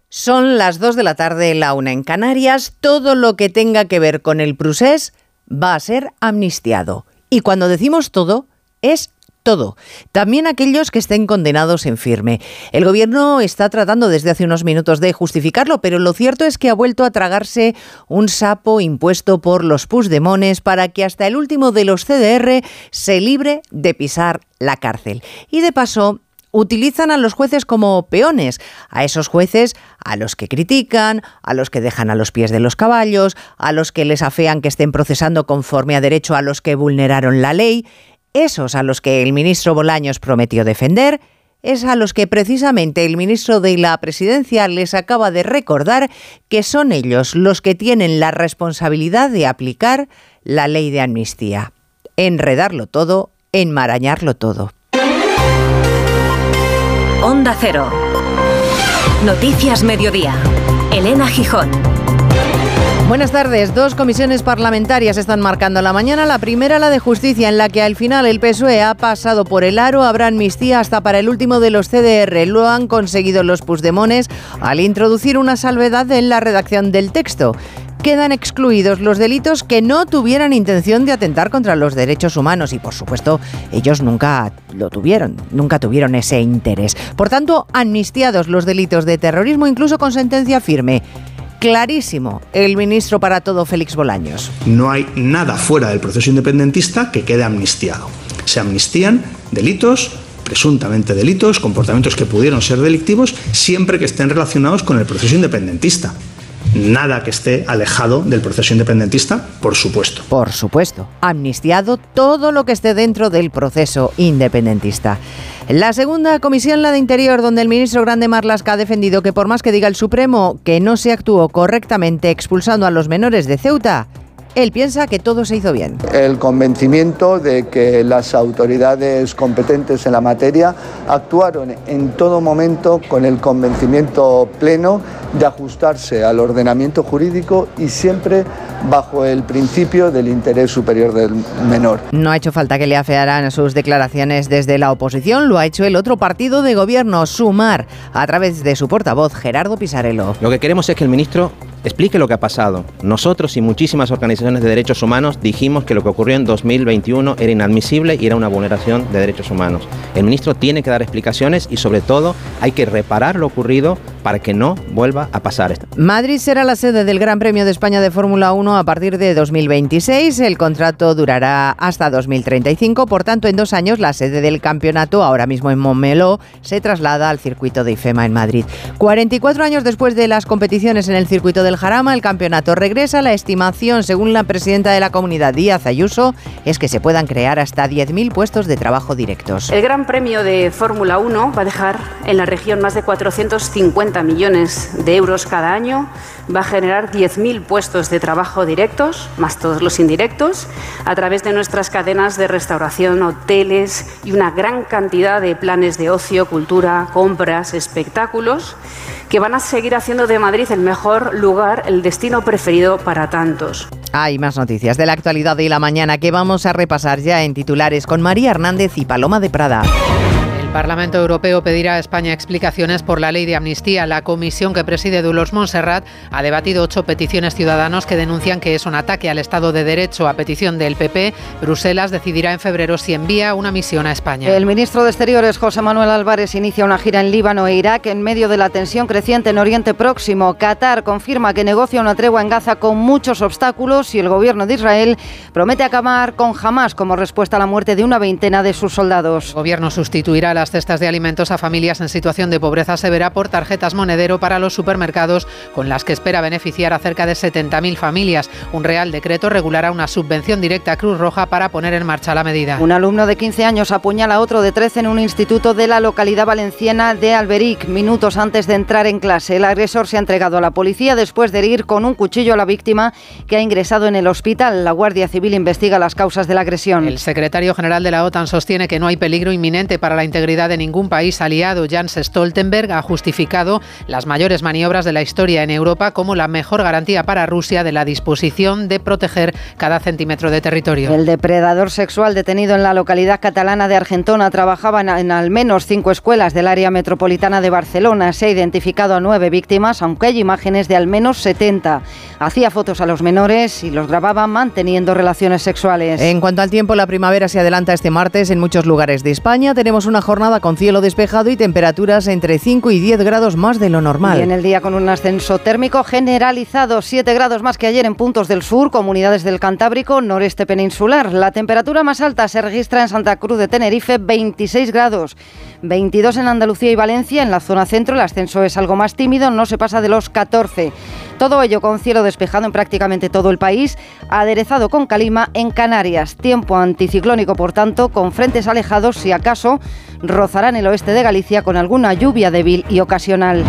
Son las 2 de la tarde, la 1 en Canarias. Todo lo que tenga que ver con el procés va a ser amnistiado. Y cuando decimos todo, es todo. También aquellos que estén condenados en firme. El gobierno está tratando desde hace unos minutos de justificarlo, pero lo cierto es que ha vuelto a tragarse un sapo impuesto por los Puigdemones para que hasta el último de los CDR se libre de pisar la cárcel. Y de paso, utilizan a los jueces como peones, a esos jueces a los que critican, a los que dejan a los pies de los caballos, a los que les afean que estén procesando conforme a derecho a los que vulneraron la ley. Esos a los que el ministro Bolaños prometió defender, es a los que precisamente el ministro de la Presidencia les acaba de recordar que son ellos los que tienen la responsabilidad de aplicar la ley de amnistía. Enredarlo todo, enmarañarlo todo. Onda Cero. Noticias Mediodía. Elena Gijón. Buenas tardes. 2 comisiones parlamentarias están marcando la mañana. La primera, la de Justicia, en la que al final el PSOE ha pasado por el aro. Habrá amnistía hasta para el último de los CDR. Lo han conseguido los Puigdemones al introducir una salvedad en la redacción del texto. Quedan excluidos los delitos que no tuvieran intención de atentar contra los derechos humanos y, por supuesto, ellos nunca tuvieron ese interés. Por tanto, amnistiados los delitos de terrorismo, incluso con sentencia firme. Clarísimo, el ministro para todo, Félix Bolaños. No hay nada fuera del proceso independentista que quede amnistiado. Se amnistían delitos, presuntamente delitos, comportamientos que pudieron ser delictivos, siempre que estén relacionados con el proceso independentista. Nada que esté alejado del proceso independentista, por supuesto. Por supuesto, amnistiado todo lo que esté dentro del proceso independentista. La segunda comisión, la de Interior, donde el ministro Grande Marlaska ha defendido que por más que diga el Supremo que no se actuó correctamente expulsando a los menores de Ceuta, él piensa que todo se hizo bien. El convencimiento de que las autoridades competentes en la materia actuaron en todo momento con el convencimiento pleno de ajustarse al ordenamiento jurídico y siempre bajo el principio del interés superior del menor. No ha hecho falta que le afearan sus declaraciones desde la oposición, lo ha hecho el otro partido de gobierno, Sumar, a través de su portavoz, Gerardo Pisarello. Lo que queremos es que el ministro explique lo que ha pasado. Nosotros y muchísimas organizaciones de derechos humanos dijimos que lo que ocurrió en 2021 era inadmisible y era una vulneración de derechos humanos. El ministro tiene que dar explicaciones y, sobre todo, hay que reparar lo ocurrido para que no vuelva a pasar esto. Madrid será la sede del Gran Premio de España de Fórmula 1 a partir de 2026. El contrato durará hasta 2035. Por tanto, en 2 años, la sede del campeonato, ahora mismo en Montmeló, se traslada al circuito de IFEMA en Madrid. 44 años después de las competiciones en el circuito del Jarama, el campeonato regresa. La estimación, según la presidenta de la comunidad, Díaz Ayuso, es que se puedan crear hasta 10.000 puestos de trabajo directos. El Gran Premio de Fórmula 1 va a dejar en la región más de 450 millones de euros cada año, va a generar 10.000 puestos de trabajo directos, más todos los indirectos, a través de nuestras cadenas de restauración, hoteles y una gran cantidad de planes de ocio, cultura, compras, espectáculos, que van a seguir haciendo de Madrid el mejor lugar, el destino preferido para tantos. Hay más noticias de la actualidad de la mañana que vamos a repasar ya en titulares con María Hernández y Paloma de Prada. El Parlamento Europeo pedirá a España explicaciones por la ley de amnistía. La comisión que preside Dolors Montserrat ha debatido 8 peticiones ciudadanos que denuncian que es un ataque al Estado de Derecho. A petición del PP, Bruselas decidirá en febrero si envía una misión a España. El ministro de Exteriores, José Manuel Álvarez, inicia una gira en Líbano e Irak en medio de la tensión creciente en Oriente Próximo. Qatar confirma que negocia una tregua en Gaza con muchos obstáculos y el gobierno de Israel promete acabar con Hamás como respuesta a la muerte de una veintena de sus soldados. El gobierno sustituirá las cestas de alimentos a familias en situación de pobreza severa por tarjetas monedero para los supermercados, con las que espera beneficiar a cerca de 70.000 familias. Un real decreto regulará una subvención directa a Cruz Roja para poner en marcha la medida. Un alumno de 15 años apuñala a otro de 13 en un instituto de la localidad valenciana de Alberic, minutos antes de entrar en clase. El agresor se ha entregado a la policía después de herir con un cuchillo a la víctima, que ha ingresado en el hospital. La Guardia Civil investiga las causas de la agresión. El secretario general de la OTAN sostiene que no hay peligro inminente para la integridad integridad de ningún país aliado. Jens Stoltenberg ha justificado las mayores maniobras de la historia en Europa como la mejor garantía para Rusia de la disposición de proteger cada centímetro de territorio. El depredador sexual detenido en la localidad catalana de Argentona trabajaba en al menos 5 escuelas del área metropolitana de Barcelona. Se ha identificado a 9 víctimas, aunque hay imágenes de al menos 70. Hacía fotos a los menores y los grababa manteniendo relaciones sexuales. En cuanto al tiempo, la primavera se adelanta este martes en muchos lugares de España. Tenemos una jornada con cielo despejado y temperaturas entre 5 y 10 grados más de lo normal. Y en el día con un ascenso térmico generalizado, 7 grados más que ayer en puntos del sur, comunidades del Cantábrico, noreste peninsular. La temperatura más alta se registra en Santa Cruz de Tenerife, 26 grados. 22 en Andalucía y Valencia. En la zona centro el ascenso es algo más tímido, no se pasa de los 14. Todo ello con cielo despejado en prácticamente todo el país, aderezado con calima en Canarias. Tiempo anticiclónico, por tanto, con frentes alejados, si acaso, rozarán el oeste de Galicia con alguna lluvia débil y ocasional.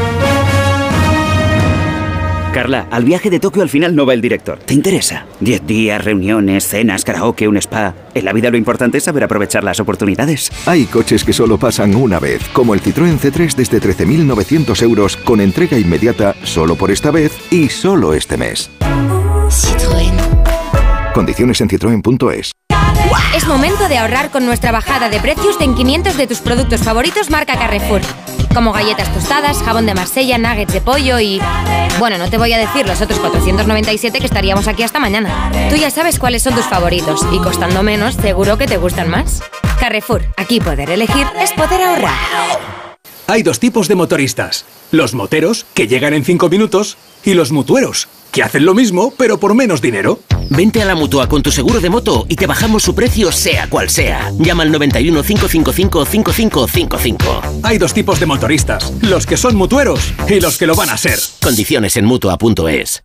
Carla, al viaje de Tokio al final no va el director. ¿Te interesa? 10 días, reuniones, cenas, karaoke, un spa. En la vida lo importante es saber aprovechar las oportunidades. Hay coches que solo pasan una vez, como el Citroën C3 desde 13.900 euros, con entrega inmediata solo por esta vez y solo este mes. Citroën. Condiciones en citroen.es. Es momento de ahorrar con nuestra bajada de precios en 500 de tus productos favoritos marca Carrefour. Como galletas tostadas, jabón de Marsella, nuggets de pollo y... Bueno, no te voy a decir los otros 497 que estaríamos aquí hasta mañana. Tú ya sabes cuáles son tus favoritos y costando menos, seguro que te gustan más. Carrefour, aquí poder elegir es poder ahorrar. Hay 2 tipos de motoristas. Los moteros, que llegan en 5 minutos, y los mutueros, que hacen lo mismo, pero por menos dinero. Vente a la Mutua con tu seguro de moto y te bajamos su precio sea cual sea. Llama al 91 555 5555. Hay 2 tipos de motoristas, los que son mutueros y los que lo van a ser. Condiciones en Mutua.es.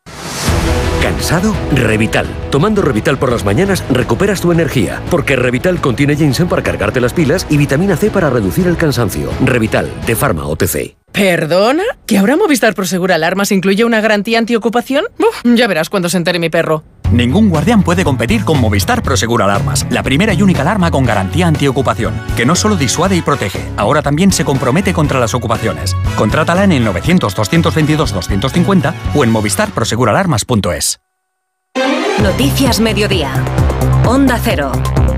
¿Cansado? Revital. Tomando Revital por las mañanas recuperas tu energía, porque Revital contiene ginseng para cargarte las pilas y vitamina C para reducir el cansancio. Revital, de Pharma OTC. ¿Perdona? ¿Que ahora Movistar Prosegur Alarmas incluye una garantía antiocupación? Ya verás cuando se entere mi perro. Ningún guardián puede competir con Movistar Prosegur Alarmas, la primera y única alarma con garantía antiocupación, que no solo disuade y protege, ahora también se compromete contra las ocupaciones. Contrátala en el 900-222-250 o en movistarproseguralarmas.es. Noticias Mediodía. Onda Cero.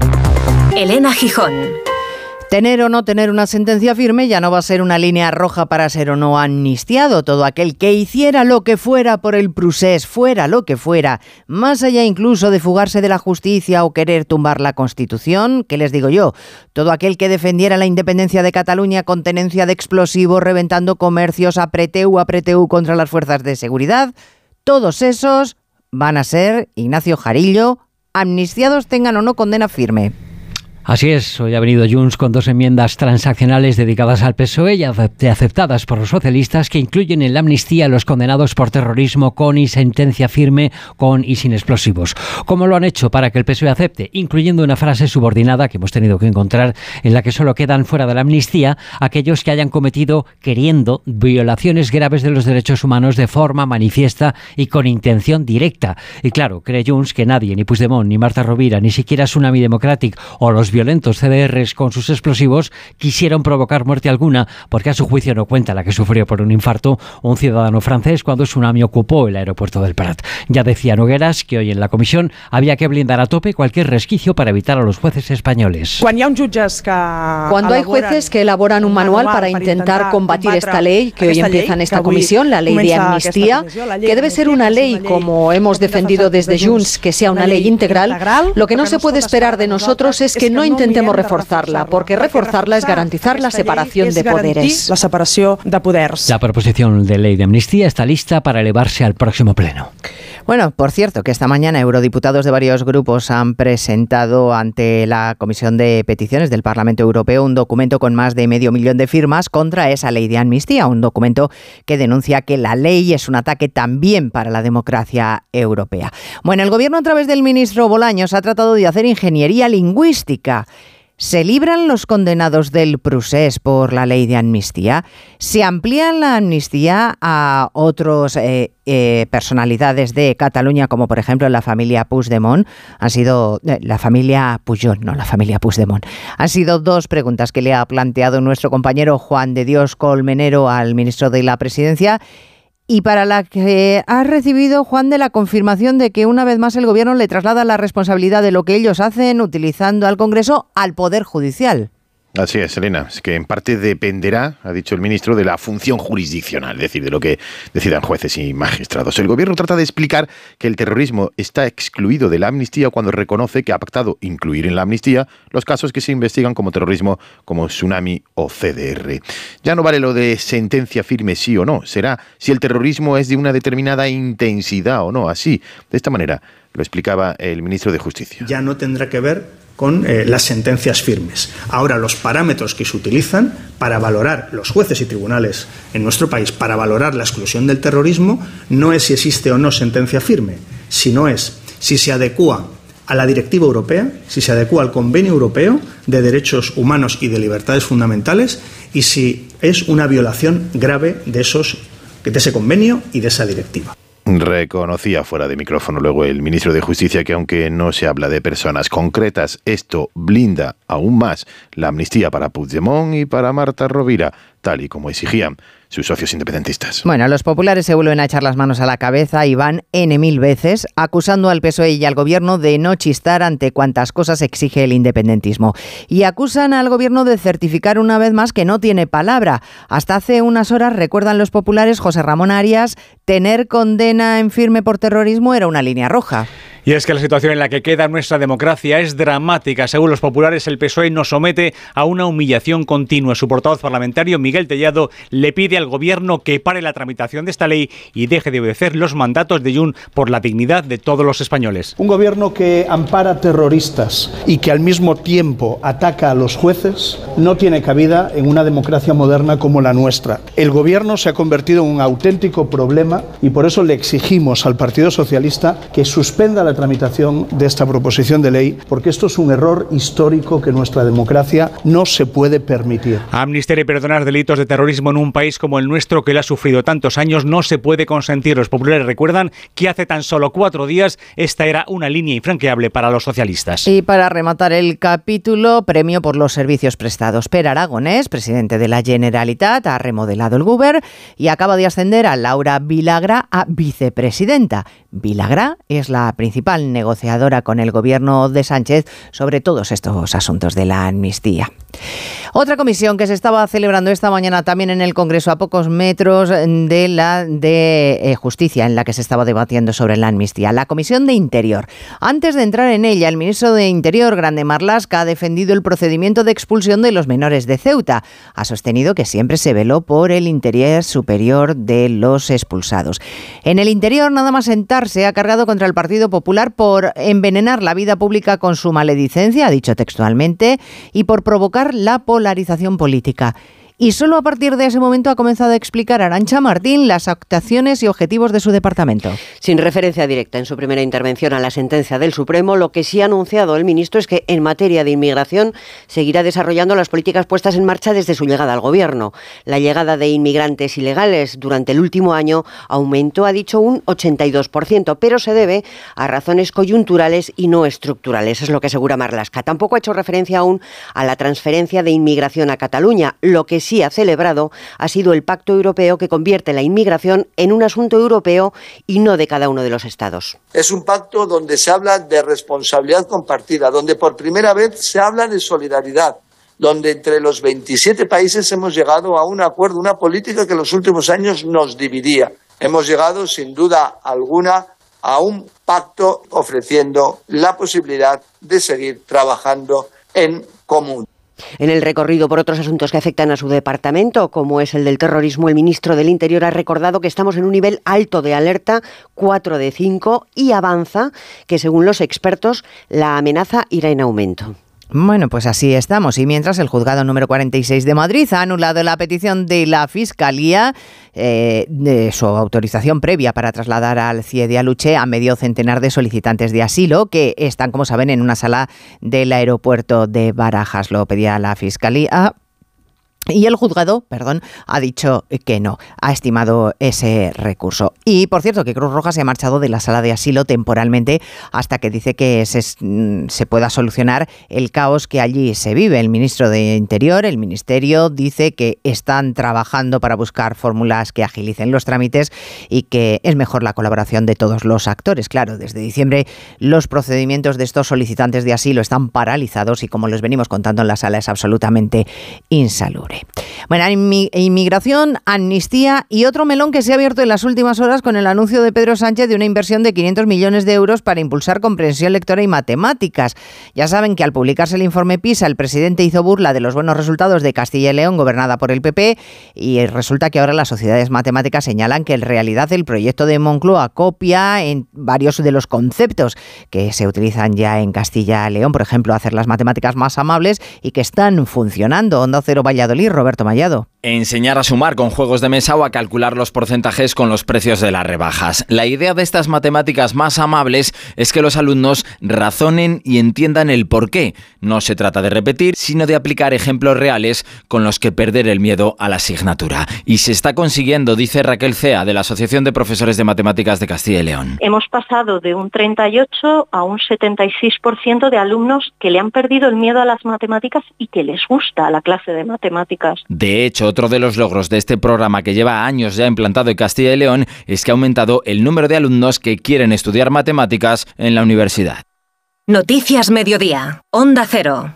Elena Gijón. Tener o no tener una sentencia firme ya no va a ser una línea roja para ser o no amnistiado. Todo aquel que hiciera lo que fuera por el procés, fuera lo que fuera, más allá incluso de fugarse de la justicia o querer tumbar la Constitución, ¿qué les digo yo? Todo aquel que defendiera la independencia de Cataluña con tenencia de explosivos, reventando comercios, apreteu contra las fuerzas de seguridad, todos esos van a ser, Ignacio Jarillo, amnistiados tengan o no condena firme. Así es, hoy ha venido Junts con 2 enmiendas transaccionales dedicadas al PSOE y aceptadas por los socialistas, que incluyen en la amnistía a los condenados por terrorismo con y sentencia firme, con y sin explosivos. ¿Cómo lo han hecho para que el PSOE acepte? Incluyendo una frase subordinada que hemos tenido que encontrar, en la que solo quedan fuera de la amnistía aquellos que hayan cometido, queriendo, violaciones graves de los derechos humanos de forma manifiesta y con intención directa. Y claro, cree Junts que nadie, ni Puigdemont, ni Marta Rovira, ni siquiera Tsunami Democratic o los violentos CDRs con sus explosivos quisieron provocar muerte alguna, porque a su juicio no cuenta la que sufrió por un infarto un ciudadano francés cuando Tsunami ocupó el aeropuerto del Prat. Ya decía Nogueras que hoy en la comisión había que blindar a tope cualquier resquicio para evitar a los jueces españoles. Cuando hay jueces que elaboran un manual para intentar combatir esta ley que hoy empieza en esta comisión, la ley de amnistía, que debe ser una ley, como hemos defendido desde Junts, que sea una ley integral, lo que no se puede esperar de nosotros es que no intentemos reforzarla, porque reforzarla es garantizar la separación de poderes. La proposición de ley de amnistía está lista para elevarse al próximo pleno. Bueno, por cierto, que esta mañana eurodiputados de varios grupos han presentado ante la Comisión de Peticiones del Parlamento Europeo un documento con más de 500.000 de firmas contra esa ley de amnistía, un documento que denuncia que la ley es un ataque también para la democracia europea. Bueno, el Gobierno, a través del ministro Bolaños, ha tratado de hacer ingeniería lingüística. ¿Se libran los condenados del procés por la ley de amnistía? ¿Se amplía la amnistía a otras personalidades de Cataluña, como por ejemplo la familia Puigdemont? Han sido la familia Pujol, no la familia Puigdemont. Han sido dos preguntas que le ha planteado nuestro compañero Juan de Dios Colmenero al ministro de la Presidencia, y para la que ha recibido, Juan, de la confirmación de que una vez más el Gobierno le traslada la responsabilidad de lo que ellos hacen utilizando al Congreso al Poder Judicial. Así es, Elena, es que en parte dependerá, ha dicho el ministro, de la función jurisdiccional, es decir, de lo que decidan jueces y magistrados. El Gobierno trata de explicar que el terrorismo está excluido de la amnistía cuando reconoce que ha pactado incluir en la amnistía los casos que se investigan como terrorismo, como Tsunami o CDR. Ya no vale lo de sentencia firme sí o no, será si el terrorismo es de una determinada intensidad o no, así. De esta manera lo explicaba el ministro de Justicia. Ya no tendrá que ver con las sentencias firmes. Ahora, los parámetros que se utilizan para valorar los jueces y tribunales en nuestro país, para valorar la exclusión del terrorismo, no es si existe o no sentencia firme, sino es si se adecúa a la directiva europea, si se adecúa al Convenio Europeo de Derechos Humanos y de Libertades Fundamentales, y si es una violación grave de ese convenio y de esa directiva. Reconocía fuera de micrófono luego el ministro de Justicia que aunque no se habla de personas concretas, esto blinda aún más la amnistía para Puigdemont y para Marta Rovira, tal y como exigían sus socios independentistas. Bueno, los populares se vuelven a echar las manos a la cabeza y van N mil veces acusando al PSOE y al Gobierno de no chistar ante cuantas cosas exige el independentismo. Y acusan al Gobierno de certificar una vez más que no tiene palabra. Hasta hace unas horas, recuerdan los populares, José Ramón Arias, tener condena en firme por terrorismo era una línea roja. Y es que la situación en la que queda nuestra democracia es dramática. Según los populares, el PSOE nos somete a una humillación continua. Su portavoz parlamentario, Miguel Tellado, le pide al Gobierno que pare la tramitación de esta ley y deje de obedecer los mandatos de Junts por la dignidad de todos los españoles. Un Gobierno que ampara terroristas y que al mismo tiempo ataca a los jueces no tiene cabida en una democracia moderna como la nuestra. El Gobierno se ha convertido en un auténtico problema y por eso le exigimos al Partido Socialista que suspenda la tramitación de esta proposición de ley, porque esto es un error histórico que nuestra democracia no se puede permitir. Amnistiar y perdonar delitos de terrorismo en un país como el nuestro, que lo ha sufrido tantos años, no se puede consentir. Los populares recuerdan que hace tan solo 4 días esta era una línea infranqueable para los socialistas. Y para rematar el capítulo, premio por los servicios prestados. Per Aragonés, presidente de la Generalitat, ha remodelado el Govern y acaba de ascender a Laura Vilagrà a vicepresidenta. Vilagrà es la principal negociadora con el Gobierno de Sánchez sobre todos estos asuntos de la amnistía. Otra comisión que se estaba celebrando esta mañana también en el Congreso, a pocos metros de la de Justicia, en la que se estaba debatiendo sobre la amnistía, la Comisión de Interior. Antes de entrar en ella, el ministro de Interior, Grande Marlaska, ha defendido el procedimiento de expulsión de los menores de Ceuta. Ha sostenido que siempre se veló por el interés superior de los expulsados. En el Interior, nada más sentarse, ha cargado contra el Partido Popular por envenenar la vida pública con su maledicencia, ha dicho textualmente, y por provocar la polarización política. Y solo a partir de ese momento ha comenzado a explicar Arantxa Martín las actuaciones y objetivos de su departamento. Sin referencia directa en su primera intervención a la sentencia del Supremo, lo que sí ha anunciado el ministro es que en materia de inmigración seguirá desarrollando las políticas puestas en marcha desde su llegada al Gobierno. La llegada de inmigrantes ilegales durante el último año aumentó, ha dicho, un 82%, pero se debe a razones coyunturales y no estructurales, es lo que asegura Marlaska. Tampoco ha hecho referencia aún a la transferencia de inmigración a Cataluña. Lo que sí ha celebrado ha sido el Pacto Europeo que convierte la inmigración en un asunto europeo y no de cada uno de los estados. Es un pacto donde se habla de responsabilidad compartida, donde por primera vez se habla de solidaridad, donde entre los 27 países hemos llegado a un acuerdo, una política que en los últimos años nos dividía. Hemos llegado, sin duda alguna, a un pacto ofreciendo la posibilidad de seguir trabajando en común. En el recorrido por otros asuntos que afectan a su departamento, como es el del terrorismo, el ministro del Interior ha recordado que estamos en un nivel alto de alerta, 4 de 5, y avanza que, según los expertos, la amenaza irá en aumento. Bueno, pues así estamos. Y mientras el juzgado número 46 de Madrid ha anulado la petición de la Fiscalía de su autorización previa para trasladar al CIE de Aluche a medio centenar de solicitantes de asilo que están, como saben, en una sala del aeropuerto de Barajas. Lo pedía la Fiscalía. Y el juzgado, ha dicho que no, ha estimado ese recurso. Y, por cierto, que Cruz Roja se ha marchado de la sala de asilo temporalmente hasta que dice que se pueda solucionar el caos que allí se vive. El ministro de Interior, el Ministerio, dice que están trabajando para buscar fórmulas que agilicen los trámites y que es mejor la colaboración de todos los actores. Claro, desde diciembre los procedimientos de estos solicitantes de asilo están paralizados y, como les venimos contando en la sala, es absolutamente insalubre. Bueno, inmigración, amnistía y otro melón que se ha abierto en las últimas horas con el anuncio de Pedro Sánchez de una inversión de 500 millones de euros para impulsar comprensión lectora y matemáticas. Ya saben que al publicarse el informe PISA, el presidente hizo burla de los buenos resultados de Castilla y León, gobernada por el PP, y resulta que ahora las sociedades matemáticas señalan que en realidad el proyecto de Moncloa copia en varios de los conceptos que se utilizan ya en Castilla y León, por ejemplo, hacer las matemáticas más amables y que están funcionando. Onda Cero Valladolid, Roberto Mallado. Enseñar a sumar con juegos de mesa o a calcular los porcentajes con los precios de las rebajas. La idea de estas matemáticas más amables es que los alumnos razonen y entiendan el porqué. No se trata de repetir, sino de aplicar ejemplos reales con los que perder el miedo a la asignatura. Y se está consiguiendo, dice Raquel Cea, de la Asociación de Profesores de Matemáticas de Castilla y León. Hemos pasado de un 38 a un 76% de alumnos que le han perdido el miedo a las matemáticas y que les gusta la clase de matemáticas. De hecho, otro de los logros de este programa que lleva años ya implantado en Castilla y León es que ha aumentado el número de alumnos que quieren estudiar matemáticas en la universidad. Noticias Mediodía, Onda Cero.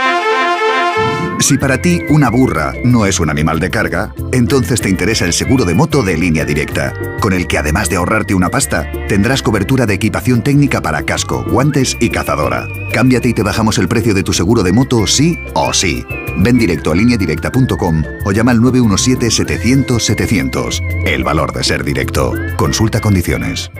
Si para ti una burra no es un animal de carga, entonces te interesa el seguro de moto de Línea Directa, con el que además de ahorrarte una pasta, tendrás cobertura de equipación técnica para casco, guantes y cazadora. Cámbiate y te bajamos el precio de tu seguro de moto sí o sí. Ven directo a lineadirecta.com o llama al 917-700-700. El valor de ser directo. Consulta condiciones.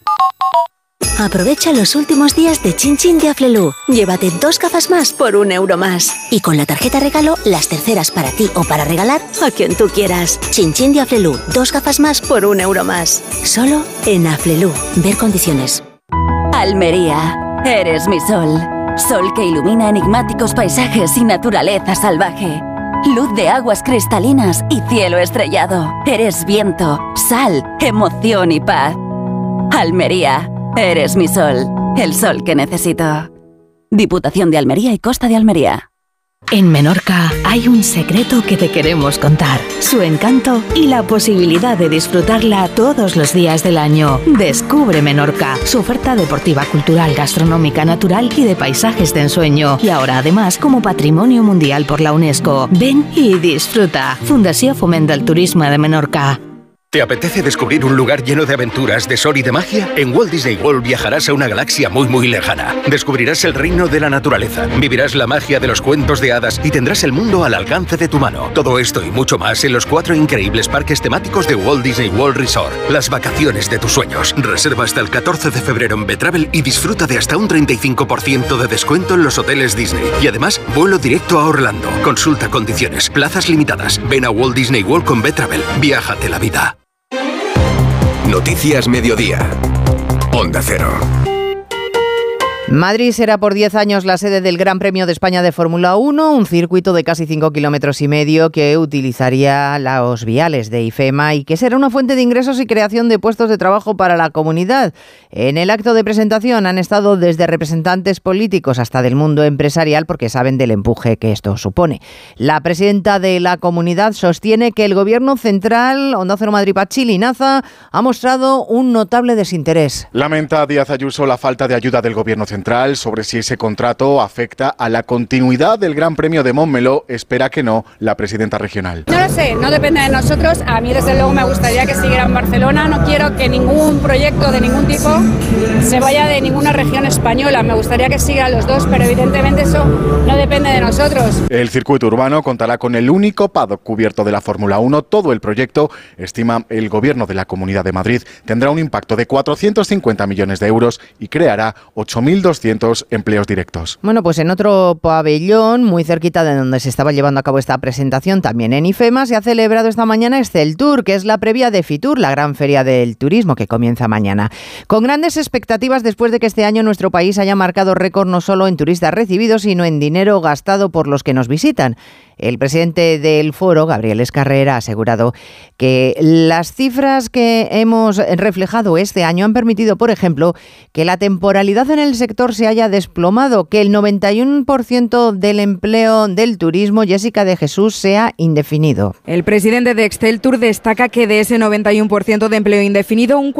Aprovecha los últimos días de Chin Chin de Aflelu. Llévate 2 gafas más por €1 más. Y con la tarjeta regalo, las terceras para ti o para regalar a quien tú quieras. Chin Chin de Aflelu. 2 gafas más por €1 más. Solo en Aflelu. Ver condiciones. Almería. Eres mi sol. Sol que ilumina enigmáticos paisajes y naturaleza salvaje. Luz de aguas cristalinas y cielo estrellado. Eres viento, sal, emoción y paz. Almería. Eres mi sol, el sol que necesito. Diputación de Almería y Costa de Almería. En Menorca hay un secreto que te queremos contar. Su encanto y la posibilidad de disfrutarla todos los días del año. Descubre Menorca, su oferta deportiva, cultural, gastronómica, natural y de paisajes de ensueño. Y ahora además como Patrimonio Mundial por la UNESCO. Ven y disfruta. Fundació Foment del Turisme de Menorca. ¿Te apetece descubrir un lugar lleno de aventuras, de sol y de magia? En Walt Disney World viajarás a una galaxia muy lejana. Descubrirás el reino de la naturaleza, vivirás la magia de los cuentos de hadas y tendrás el mundo al alcance de tu mano. Todo esto y mucho más en los 4 increíbles parques temáticos de Walt Disney World Resort. Las vacaciones de tus sueños. Reserva hasta el 14 de febrero en Betravel y disfruta de hasta un 35% de descuento en los hoteles Disney. Y además, vuelo directo a Orlando. Consulta condiciones, plazas limitadas. Ven a Walt Disney World con Betravel. Viájate la vida. Noticias Mediodía. Onda Cero. Madrid será por 10 años la sede del Gran Premio de España de Fórmula 1, un circuito de casi 5,5 kilómetros que utilizaría los viales de IFEMA y que será una fuente de ingresos y creación de puestos de trabajo para la comunidad. En el acto de presentación han estado desde representantes políticos hasta del mundo empresarial porque saben del empuje que esto supone. La presidenta de la comunidad sostiene que el gobierno central, Onda Cero Madrid, Pachi Linaza, ha mostrado un notable desinterés. Lamenta Díaz Ayuso la falta de ayuda del gobierno central sobre si ese contrato afecta a la continuidad del Gran Premio de Montmeló. Espera que no la presidenta regional. No lo sé, no depende de nosotros. A mí desde luego me gustaría que siguiera en Barcelona. No quiero que ningún proyecto de ningún tipo se vaya de ninguna región española. Me gustaría que sigan los dos, pero evidentemente eso no depende de nosotros. El circuito urbano contará con el único paddock cubierto de la Fórmula 1. Todo el proyecto, estima el gobierno de la Comunidad de Madrid, tendrá un impacto de 450 millones de euros y creará 8.200 1.200 empleos directos. Bueno, pues en otro pabellón, muy cerquita de donde se estaba llevando a cabo esta presentación, también en IFEMA, se ha celebrado esta mañana Exceltur, que es la previa de Fitur, la gran feria del turismo que comienza mañana. Con grandes expectativas después de que este año nuestro país haya marcado récord no solo en turistas recibidos, sino en dinero gastado por los que nos visitan. El presidente del foro, Gabriel Escarrera, ha asegurado que las cifras que hemos reflejado este año han permitido, por ejemplo, que la temporalidad en el sector se haya desplomado, que el 91% del empleo del turismo, Jessica de Jesús, sea indefinido. El presidente de Exceltur destaca que de ese 91% de empleo indefinido, un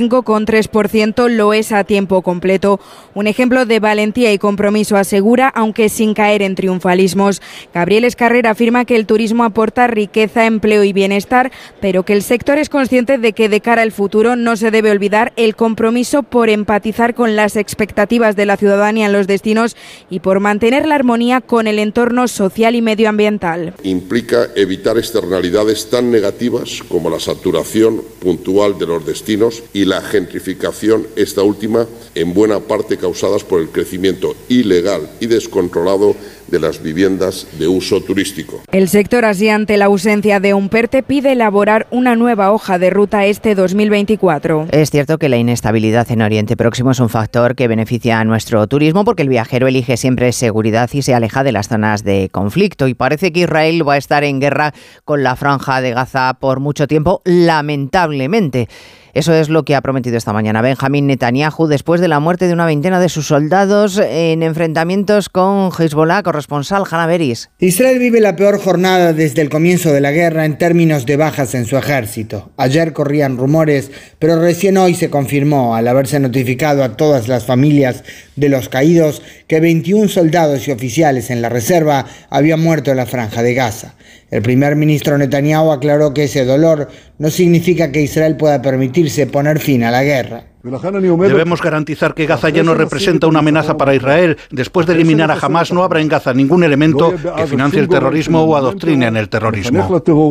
45,3% lo es a tiempo completo. Un ejemplo de valentía y compromiso, asegura, aunque sin caer en triunfalismos. Gabriel Escarrera afirma que el turismo aporta riqueza, empleo y bienestar, pero que el sector es consciente de que de cara al futuro no se debe olvidar el compromiso por empatizar con las expectativas de la ciudadanía en los destinos y por mantener la armonía con el entorno social y medioambiental. Implica evitar externalidades tan negativas como la saturación puntual de los destinos y la gentrificación, esta última en buena parte causadas por el crecimiento ilegal y descontrolado de las viviendas de uso turístico. El sector, así ante la ausencia de un PERTE, pide elaborar una nueva hoja de ruta este 2024. Es cierto que la inestabilidad en Oriente Próximo es un factor que beneficia a nuestro turismo porque el viajero elige siempre seguridad y se aleja de las zonas de conflicto. Y parece que Israel va a estar en guerra con la Franja de Gaza por mucho tiempo, lamentablemente. Eso es lo que ha prometido esta mañana Benjamín Netanyahu después de la muerte de una veintena de sus soldados en enfrentamientos con Hezbollah. Corresponsal Hanna Beris. Israel vive la peor jornada desde el comienzo de la guerra en términos de bajas en su ejército. Ayer corrían rumores, pero recién hoy se confirmó, al haberse notificado a todas las familias de los caídos, que 21 soldados y oficiales en la reserva habían muerto en la Franja de Gaza. El primer ministro Netanyahu aclaró que ese dolor no significa que Israel pueda permitirse poner fin a la guerra. Debemos garantizar que Gaza ya no representa una amenaza para Israel. Después de eliminar a Hamás, no habrá en Gaza ningún elemento que financie el terrorismo o adoctrine en el terrorismo.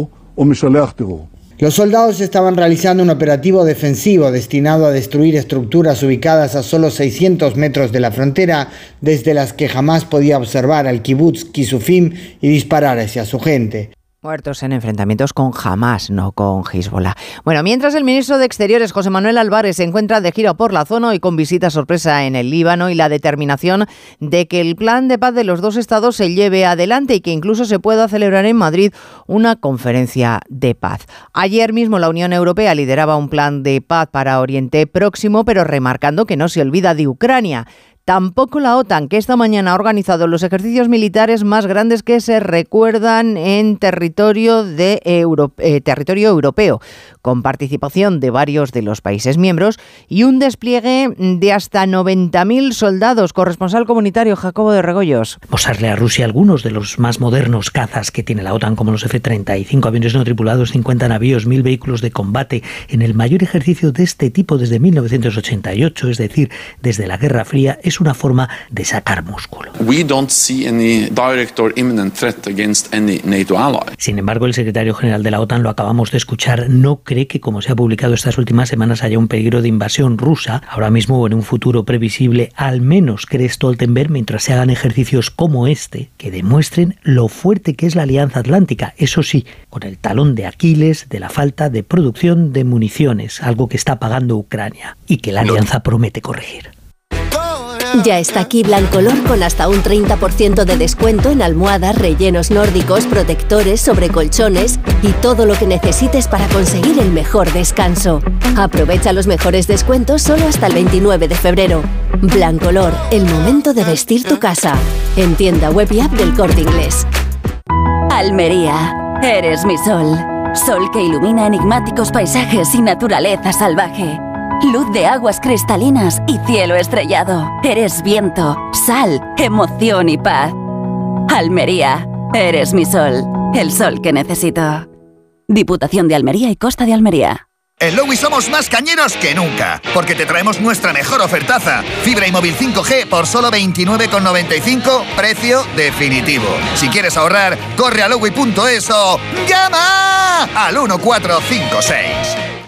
Los soldados estaban realizando un operativo defensivo destinado a destruir estructuras ubicadas a solo 600 metros de la frontera, desde las que jamás podía observar al kibutz Kisufim y disparar hacia su gente. Muertos en enfrentamientos con Hamás, no con Hezbollah. Bueno, mientras el ministro de Exteriores, José Manuel Álvarez, se encuentra de gira por la zona y con visita sorpresa en el Líbano y la determinación de que el plan de paz de los dos estados se lleve adelante y que incluso se pueda celebrar en Madrid una conferencia de paz. Ayer mismo la Unión Europea lideraba un plan de paz para Oriente Próximo, pero remarcando que no se olvida de Ucrania. Tampoco la OTAN, que esta mañana ha organizado los ejercicios militares más grandes que se recuerdan en territorio europeo, con participación de varios de los países miembros y un despliegue de hasta 90.000 soldados. Corresponsal comunitario Jacobo de Regoyos. Mostrarle a Rusia algunos de los más modernos cazas que tiene la OTAN, como los F-35, aviones no tripulados, 50 navíos, 1.000 vehículos de combate, en el mayor ejercicio de este tipo desde 1988, es decir, desde la Guerra Fría, es una forma de sacar músculo. Sin embargo, el secretario general de la OTAN, lo acabamos de escuchar, no cree que, como se ha publicado estas últimas semanas, haya un peligro de invasión rusa, ahora mismo o en un futuro previsible, al menos cree Stoltenberg, mientras se hagan ejercicios como este, que demuestren lo fuerte que es la Alianza Atlántica, eso sí, con el talón de Aquiles de la falta de producción de municiones, algo que está pagando Ucrania y que la Alianza promete corregir. Ya está aquí Blancolor con hasta un 30% de descuento en almohadas, rellenos nórdicos, protectores, sobrecolchones y todo lo que necesites para conseguir el mejor descanso. Aprovecha los mejores descuentos solo hasta el 29 de febrero. Blancolor, el momento de vestir tu casa. En tienda web y app del Corte Inglés. Almería, eres mi sol. Sol que ilumina enigmáticos paisajes y naturaleza salvaje. Luz de aguas cristalinas y cielo estrellado. Eres viento, sal, emoción y paz. Almería, eres mi sol. El sol que necesito. Diputación de Almería y Costa de Almería. En Lowy somos más cañeros que nunca, porque te traemos nuestra mejor ofertaza. Fibra y móvil 5G por solo 29,95, precio definitivo. Si quieres ahorrar, corre a lowy.es o llama al 1456.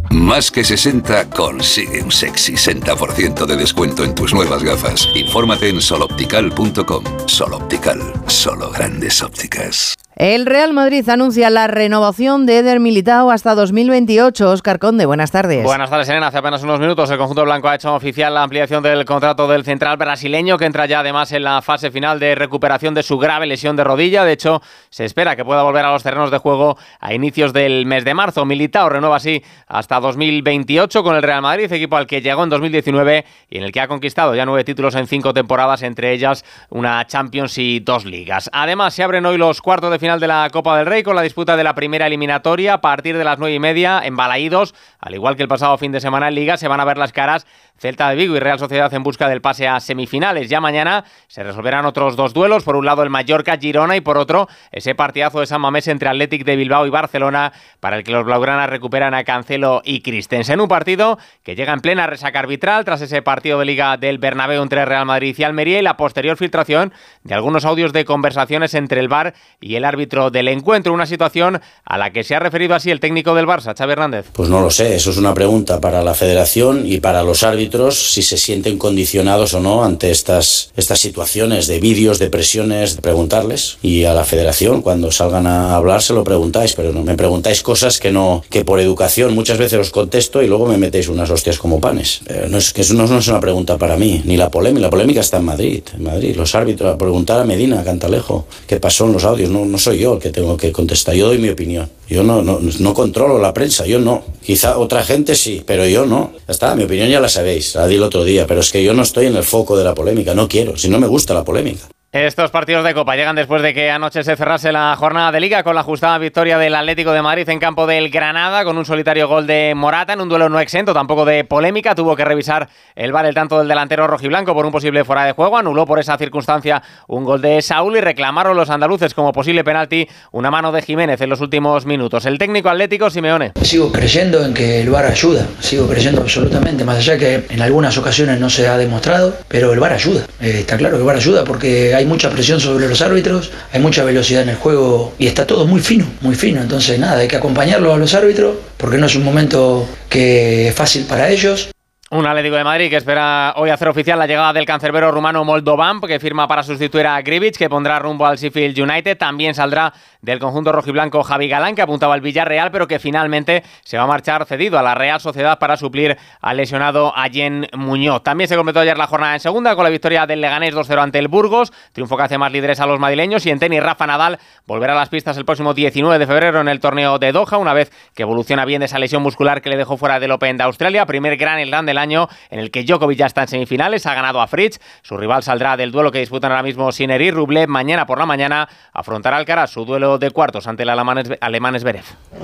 Más que 60 consigue un sexy 60% de descuento en tus nuevas gafas. Infórmate en soloptical.com. Soloptical, solo grandes ópticas. El Real Madrid anuncia la renovación de Eder Militao hasta 2028. Óscar Conde, buenas tardes. Buenas tardes, Elena. Hace apenas unos minutos el conjunto blanco ha hecho oficial la ampliación del contrato del central brasileño, que entra ya además en la fase final de recuperación de su grave lesión de rodilla. De hecho, se espera que pueda volver a los terrenos de juego a inicios del mes de marzo. Militao renueva así hasta 2028 con el Real Madrid, equipo al que llegó en 2019 y en el que ha conquistado ya 9 títulos en 5 temporadas, entre ellas una Champions y 2 ligas. Además, se abren hoy los cuartos de final de la Copa del Rey con la disputa de la primera eliminatoria a partir de las 9:30 en Balaídos. Al igual que el pasado fin de semana en Liga, se van a ver las caras Celta de Vigo y Real Sociedad en busca del pase a semifinales. Ya mañana se resolverán otros 2 duelos, por un lado el Mallorca-Girona y por otro ese partidazo de San Mamés entre Athletic de Bilbao y Barcelona, para el que los blaugranas recuperan a Cancelo y Christensen. Un partido que llega en plena resaca arbitral tras ese partido de Liga del Bernabéu entre Real Madrid y Almería y la posterior filtración de algunos audios de conversaciones entre el VAR y el árbitro del encuentro, una situación a la que se ha referido así el técnico del Barça, Xavi Hernández. Pues no lo sé, eso es una pregunta para la Federación y para los árbitros, si se sienten condicionados o no ante estas situaciones de vídeos, de presiones, de preguntarles. Y a la Federación, cuando salgan a hablar, se lo preguntáis, pero no me preguntáis cosas que por educación muchas veces os contesto y luego me metéis unas hostias como panes. No es una pregunta para mí, ni la polémica está en Madrid. Los árbitros, a preguntar a Medina, a Cantalejo, qué pasó en los audios, no soy yo el que tengo que contestar, yo doy mi opinión. Yo no controlo la prensa, yo no. Quizá otra gente sí, pero yo no. Ya está, mi opinión ya la sabéis, la di el otro día, pero es que yo no estoy en el foco de la polémica, no quiero, si no me gusta la polémica. Estos partidos de Copa llegan después de que anoche se cerrase la jornada de Liga con la ajustada victoria del Atlético de Madrid en campo del Granada con un solitario gol de Morata en un duelo no exento tampoco de polémica. Tuvo que revisar el VAR el tanto del delantero rojiblanco por un posible fuera de juego. Anuló por esa circunstancia un gol de Saúl y reclamaron los andaluces como posible penalti una mano de Jiménez en los últimos minutos. El técnico atlético, Simeone. Sigo creyendo en que el VAR ayuda, sigo creyendo absolutamente, más allá que en algunas ocasiones no se ha demostrado, pero el VAR ayuda. Está claro que el VAR ayuda porque hay mucha presión sobre los árbitros, hay mucha velocidad en el juego y está todo muy fino, entonces nada, hay que acompañarlos a los árbitros porque no es un momento que es fácil para ellos. Un Atlético de Madrid que espera hoy hacer oficial la llegada del cancerbero rumano Moldovan, que firma para sustituir a Grivic, que pondrá rumbo al Sheffield United. También saldrá del conjunto rojiblanco Javi Galán, que apuntaba al Villarreal, pero que finalmente se va a marchar cedido a la Real Sociedad para suplir al lesionado Allen Muñoz. También se completó ayer la jornada en segunda con la victoria del Leganés 2-0 ante el Burgos, triunfo que hace más líderes a los madrileños. Y en tenis, Rafa Nadal volverá a las pistas el próximo 19 de febrero en el torneo de Doha, una vez que evoluciona bien de esa lesión muscular que le dejó fuera del Open de Australia. Primer Grand Slam del año en el que Djokovic ya está en semifinales, ha ganado a Fritz. Su rival saldrá del duelo que disputan ahora mismo Sinner y Rublev. Mañana por la mañana afrontará Alcaraz su duelo de cuartos ante el alemán Zverev.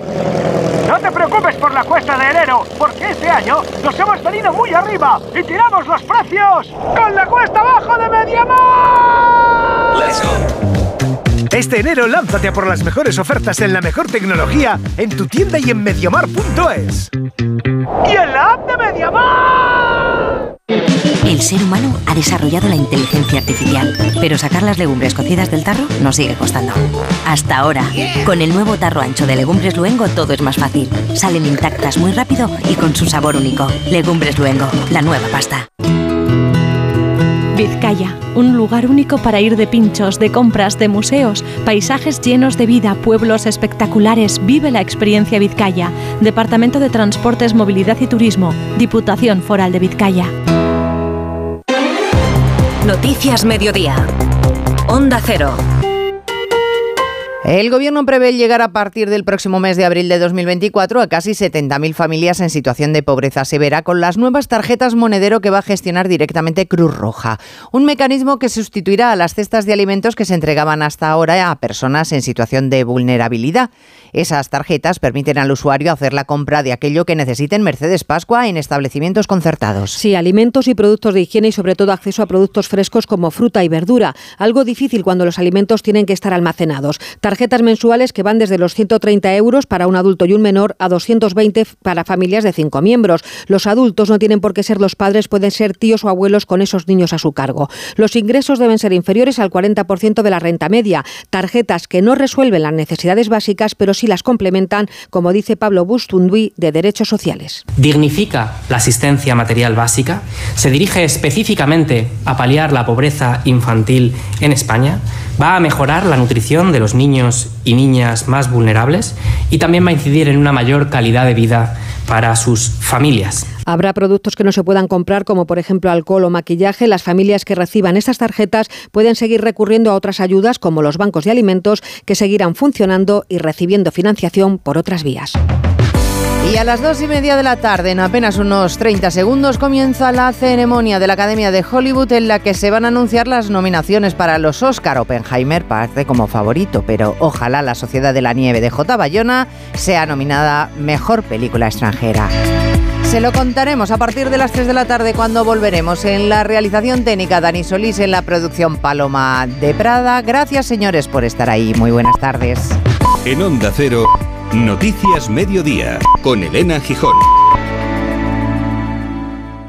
No te preocupes por la cuesta de enero, porque este año nos hemos venido muy arriba y tiramos los precios con la cuesta abajo de Mediamar. Let's go. Este enero lánzate a por las mejores ofertas en la mejor tecnología en tu tienda y en mediamar.es. ¡Y en la app de Mediamar! El ser humano ha desarrollado la inteligencia artificial, pero sacar las legumbres cocidas del tarro nos sigue costando. Hasta ahora, con el nuevo tarro ancho de Legumbres Luengo todo es más fácil. Salen intactas muy rápido y con su sabor único. Legumbres Luengo, la nueva pasta. Vizcaya, un lugar único para ir de pinchos, de compras, de museos, paisajes llenos de vida, pueblos espectaculares. Vive la experiencia Vizcaya. Departamento de Transportes, Movilidad y Turismo, Diputación Foral de Vizcaya. Noticias Mediodía. Onda Cero. El Gobierno prevé llegar a partir del próximo mes de abril de 2024 a casi 70.000 familias en situación de pobreza severa con las nuevas tarjetas monedero que va a gestionar directamente Cruz Roja. Un mecanismo que sustituirá a las cestas de alimentos que se entregaban hasta ahora a personas en situación de vulnerabilidad. Esas tarjetas permiten al usuario hacer la compra de aquello que necesiten Mercedes Pascua en establecimientos concertados. Sí, alimentos y productos de higiene y sobre todo acceso a productos frescos como fruta y verdura. Algo difícil cuando los alimentos tienen que estar almacenados. Tarjetas mensuales que van desde los 130 euros para un adulto y un menor a 220 para familias de 5 miembros. Los adultos no tienen por qué ser los padres, pueden ser tíos o abuelos con esos niños a su cargo. Los ingresos deben ser inferiores al 40% de la renta media. Tarjetas que no resuelven las necesidades básicas, pero sí sí las complementan, como dice Pablo Bustunduy, de Derechos Sociales. Dignifica la asistencia material básica, se dirige específicamente a paliar la pobreza infantil en España, va a mejorar la nutrición de los niños y niñas más vulnerables y también va a incidir en una mayor calidad de vida para sus familias. Habrá productos que no se puedan comprar, como por ejemplo alcohol o maquillaje. Las familias que reciban estas tarjetas pueden seguir recurriendo a otras ayudas, como los bancos de alimentos, que seguirán funcionando y recibiendo financiación por otras vías. Y a las 2:30 de la tarde, en apenas unos 30 segundos, comienza la ceremonia de la Academia de Hollywood, en la que se van a anunciar las nominaciones para los Oscar. Oppenheimer parte como favorito, pero ojalá La Sociedad de la Nieve de J. Bayona sea nominada Mejor Película Extranjera. Se lo contaremos a partir de las 3 de la tarde, cuando volveremos. En la realización técnica, Dani Solís; en la producción, Paloma de Prada. Gracias, señores, por estar ahí. Muy buenas tardes. En Onda Cero, Noticias Mediodía, con Elena Gijón.